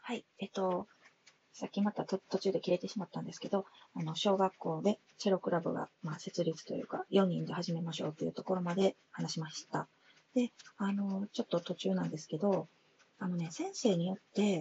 はい。さっきまた途中で切れてしまったんですけど、小学校でチェロクラブが、設立というか、4人で始めましょうというところまで話しました。で、ちょっと途中なんですけど、先生によって、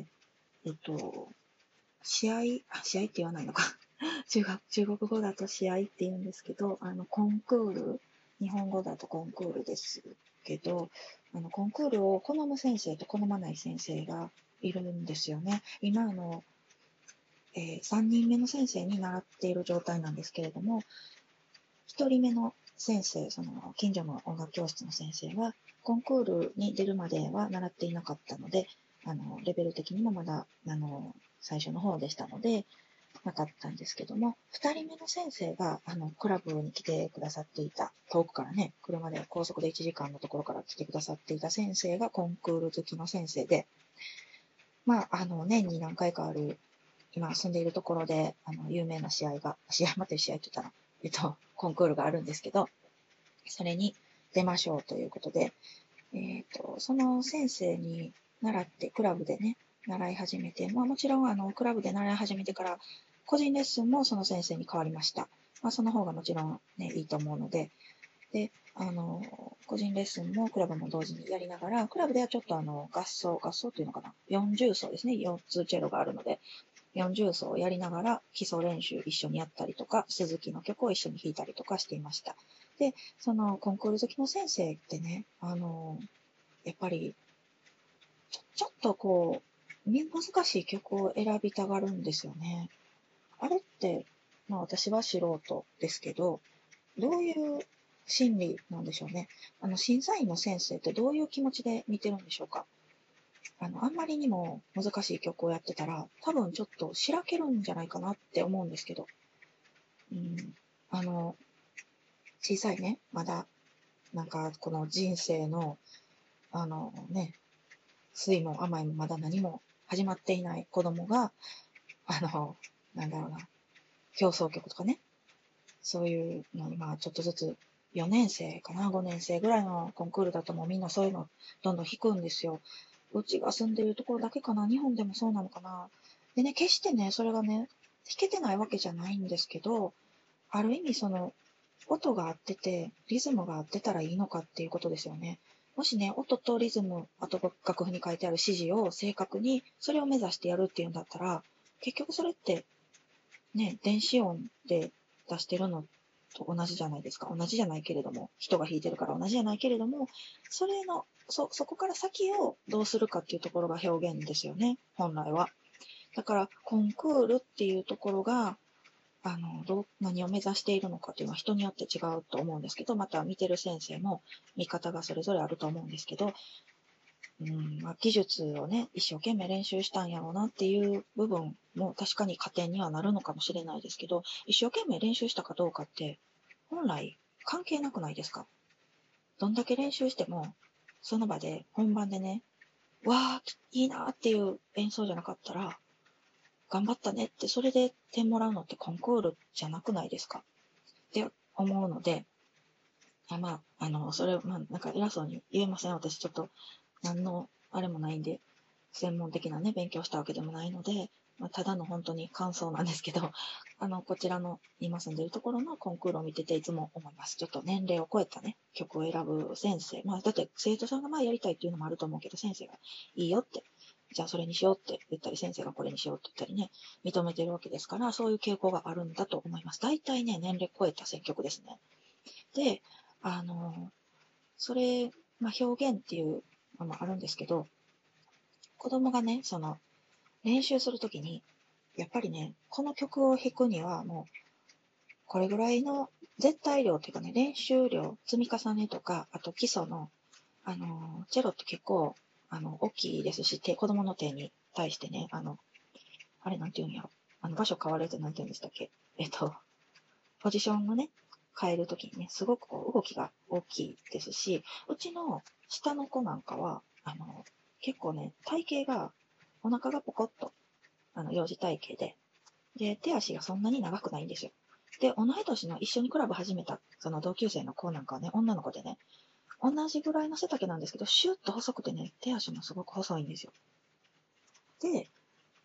えっと、試合って言わないのか。中国語だと試合って言うんですけど、コンクール、日本語だとコンクールですけど、コンクールを好む先生と好まない先生がいるんですよね。今、3人目の先生に習っている状態なんですけれども、1人目の先生、その近所の音楽教室の先生は、コンクールに出るまでは習っていなかったので、レベル的にもまだ、最初の方でしたので、なかったんですけども、2人目の先生が、クラブに来てくださっていた、遠くからね、車で高速で1時間のところから来てくださっていた先生がコンクール好きの先生で、年に何回かある今住んでいるところで、有名な待って試合って言ったら、コンクールがあるんですけど、それに出ましょうということで、その先生に習って、クラブでね、習い始めて、もちろん、クラブで習い始めてから、個人レッスンもその先生に変わりました。その方がもちろんね、いいと思うので、で、個人レッスンもクラブも同時にやりながら、クラブではちょっと合奏っていうのかな、40奏ですね、4つチェロがあるので、40奏をやりながら基礎練習一緒にやったりとか、鈴木の曲を一緒に弾いたりとかしていました。で、そのコンクール好きの先生ってね、やっぱりちょっとこう、難しい曲を選びたがるんですよね。あれって、私は素人ですけど、どういう心理なんでしょうね。審査員の先生ってどういう気持ちで見てるんでしょうか。あんまりにも難しい曲をやってたら、多分ちょっとしらけるんじゃないかなって思うんですけど、うん、あの、小さいね、まだ、なんかこの人生の、酸いも甘いもまだ何も始まっていない子供が、あの、なんだろうな、競争曲とかね、そういうのに、ちょっとずつ、4年生かな、5年生ぐらいのコンクールだともうみんなそういうのどんどん弾くんですよ。うちが住んでいるところだけかな、日本でもそうなのかな。でね、決してね、それがね、弾けてないわけじゃないんですけど、ある意味その、音が合ってて、リズムが合ってたらいいのかっていうことですよね。もしね、音とリズム、あと楽譜に書いてある指示を正確に、それを目指してやるっていうんだったら、結局それってね、電子音で出してるのと同じじゃないですか。同じじゃないけれども、人が弾いてるから同じじゃないけれども、そこから先をどうするかっていうところが表現ですよね、本来は。だから、コンクールっていうところが、何を目指しているのかっていうのは人によって違うと思うんですけど、また見てる先生も見方がそれぞれあると思うんですけど、技術をね、一生懸命練習したんやろうなっていう部分も確かに加点にはなるのかもしれないですけど、一生懸命練習したかどうかって本来関係なくないですか？どんだけ練習しても、その場で本番でね、わー、いいなーっていう演奏じゃなかったら、頑張ったねって、それで点もらうのってコンクールじゃなくないですかって思うので、それ、なんか偉そうに言えません。私ちょっと、何の、あれもないんで、専門的なね、勉強したわけでもないので、ただの本当に感想なんですけど、こちらの今住んでいるところのコンクールを見てていつも思います。ちょっと年齢を超えたね、曲を選ぶ先生。だって生徒さんがやりたいっていうのもあると思うけど、先生がいいよって、じゃあそれにしようって言ったり、先生がこれにしようって言ったりね、認めてるわけですから、そういう傾向があるんだと思います。大体ね、年齢超えた選曲ですね。で、あの、それ、表現っていうのもあるんですけど、子供がね、練習するときに、やっぱりね、この曲を弾くにはもう、これぐらいの絶対量っていうかね、練習量、積み重ねとか、あと基礎の、チェロって結構、大きいですし、子供の手に対してね、あれなんていうんやろ。場所変わるやつなんていうんでしたっけ。ポジションをね、変えるときにね、すごくこう動きが大きいですし、うちの下の子なんかは、結構ね、体型が、お腹がポコッと、幼児体型で、手足がそんなに長くないんですよ。で、同い年の一緒にクラブ始めた、その同級生の子なんかはね、女の子でね、同じぐらいの背丈なんですけど、シュッと細くてね、手足もすごく細いんですよ。で、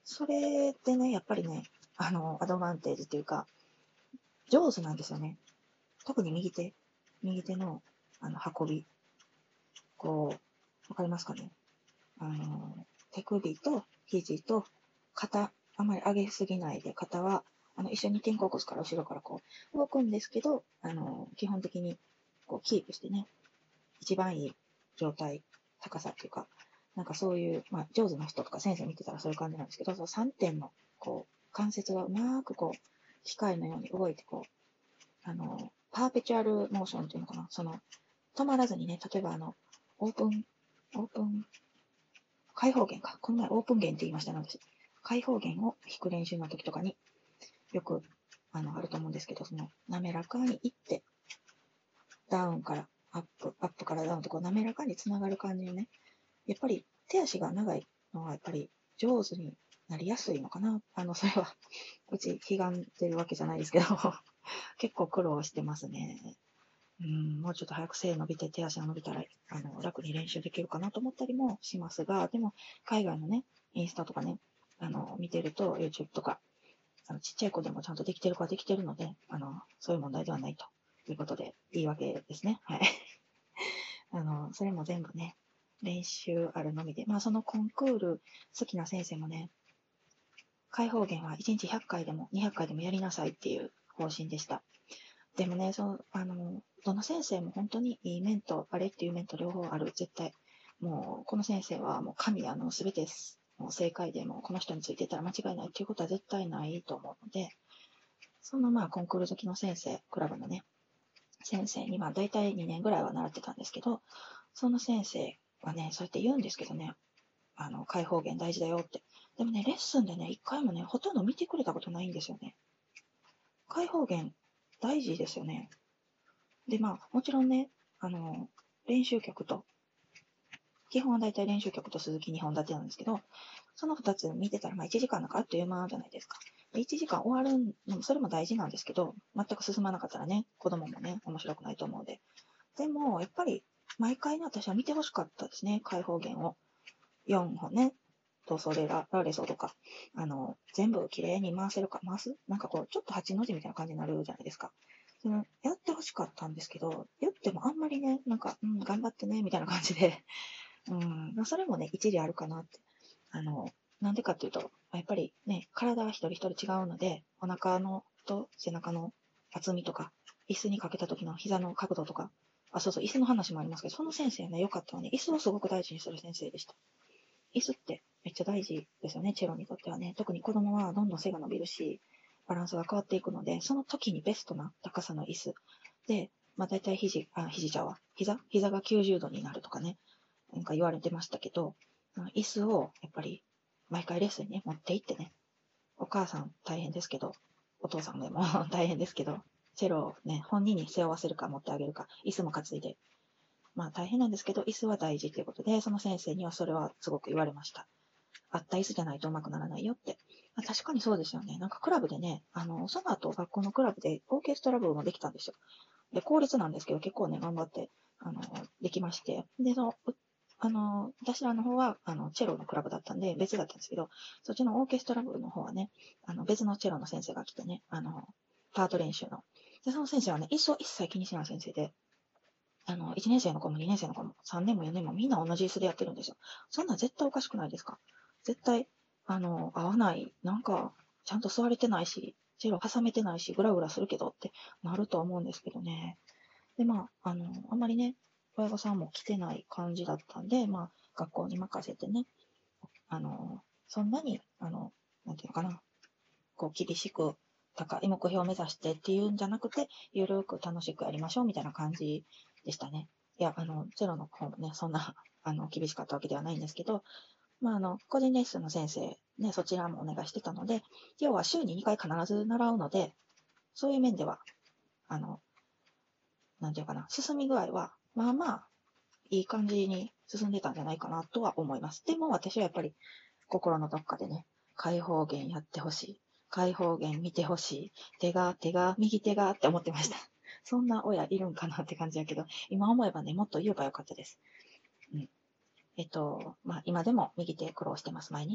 それでね、やっぱりね、アドバンテージっていうか、上手なんですよね。特に右手の、運び。こう、わかりますかね。手首と肘と肩、あまり上げすぎないで、肩は、一緒に肩甲骨から後ろからこう、動くんですけど、基本的に、こう、キープしてね、一番いい状態、高さっていうか、なんかそういう、まあ、上手な人とか先生見てたらそういう感じなんですけど、その3点の、こう、関節がうまくこう、機械のように動いて、こう、パーペチュアルモーションっていうのかな、止まらずにね、例えばオープン、オープン、開放弦か。この前オープン弦って言いましたね、私。開放弦を弾く練習の時とかによく、あると思うんですけど、滑らかにいって、ダウンからアップ、アップからダウンとこう滑らかにつながる感じのね、やっぱり手足が長いのはやっぱり上手になりやすいのかな。それは、うち、悲願ってるわけじゃないですけど、結構苦労してますね。もうちょっと早く背伸びて手足が伸びたら、楽に練習できるかなと思ったりもしますが、でも、海外のね、インスタとかね、見てると、YouTube とか、ちっちゃい子でもちゃんとできてる子はできてるので、そういう問題ではないということで、いいわけですね。はい。それも全部ね、練習あるのみで、まあ、そのコンクール好きな先生もね、開放弦は1日100回でも200回でもやりなさいっていう方針でした。でもね、どの先生も本当にいい面と、あれっていう面と両方ある、絶対。もう、この先生はもう神、すべてもう正解で、もうこの人についてたら間違いないっていうことは絶対ないと思うので、まあ、コンクール好きの先生、クラブのね、先生に、まあ、大体2年ぐらいは習ってたんですけど、その先生はね、そうやって言うんですけどね、開放弦大事だよって。でもね、レッスンでね、一回もね、ほとんど見てくれたことないんですよね。開放弦大事ですよね。で、まあ、もちろんね、練習曲と、基本は大体練習曲と鈴木2本立てなんですけど、その2つ見てたら、まあ1時間なんかあっという間じゃないですか。1時間終わるのも、それも大事なんですけど、全く進まなかったらね、子供もね、面白くないと思うので。でも、やっぱり、毎回ね、私は見てほしかったですね、開放弦を。4本ね、トーソレラレソとか、全部綺麗に回せるか、回すなんかこう、ちょっと8の字みたいな感じになるじゃないですか。やってほしかったんですけど、やってもあんまりね、なんか、頑張ってね、みたいな感じで、それもね、一理あるかなって。なんでかっていうと、やっぱりね、体は一人一人違うので、お腹のと背中の厚みとか、椅子にかけた時の膝の角度とか、あ、そうそう、椅子の話もありますけど、その先生ね、良かったのはね、椅子をすごく大事にする先生でした。椅子ってめっちゃ大事ですよね、チェロにとってはね。特に子供はどんどん背が伸びるし、バランスが変わっていくので、その時にベストな高さの椅子。で、まあ大体肘ちゃうわ。膝が90度になるとかね、なんか言われてましたけど、椅子をやっぱり毎回レッスンにね、持って行ってね、お母さん大変ですけど、お父さんでも大変ですけど、チェロをね、本人に背負わせるか持ってあげるか、椅子も担いでまあ大変なんですけど、椅子は大事ということで、その先生にはそれはすごく言われました。あった椅子じゃないと上手くならないよって。まあ、確かにそうですよね。なんかクラブでね、その後学校のクラブでオーケストラ部もできたんですよ。で、公立なんですけど、結構ね、頑張って、できまして。で、私らの方は、チェロのクラブだったんで、別だったんですけど、そっちのオーケストラ部の方はね、別のチェロの先生が来てね、パート練習の。で、その先生はね、椅子を一切気にしない先生で、1年生の子も2年生の子も3年も4年もみんな同じ椅子でやってるんですよ。そんなん絶対おかしくないですか？絶対、合わない。なんか、ちゃんと座れてないし、チェロ挟めてないし、グラグラするけどってなると思うんですけどね。で、まあ、あんまりね、親御さんも来てない感じだったんで、まあ、学校に任せてね、そんなに、なんていうのかな、こう、厳しく、高い目標を目指してっていうんじゃなくて、ゆるく楽しくやりましょうみたいな感じでしたね。いや、ゼロの方もね、そんな、厳しかったわけではないんですけど、まあ、個人レッスンの先生、ね、そちらもお願いしてたので、要は週に2回必ず習うので、そういう面では、あの、なんていうかな、進み具合は、まあまあ、いい感じに進んでたんじゃないかなとは思います。でも私はやっぱり心のどっかでね、開放弦やってほしい。開放弦見てほしい。右手がって思ってました。そんな親いるんかなって感じやけど、今思えばね、もっと言えばよかったです。うん。まあ今でも右手苦労してます、毎日。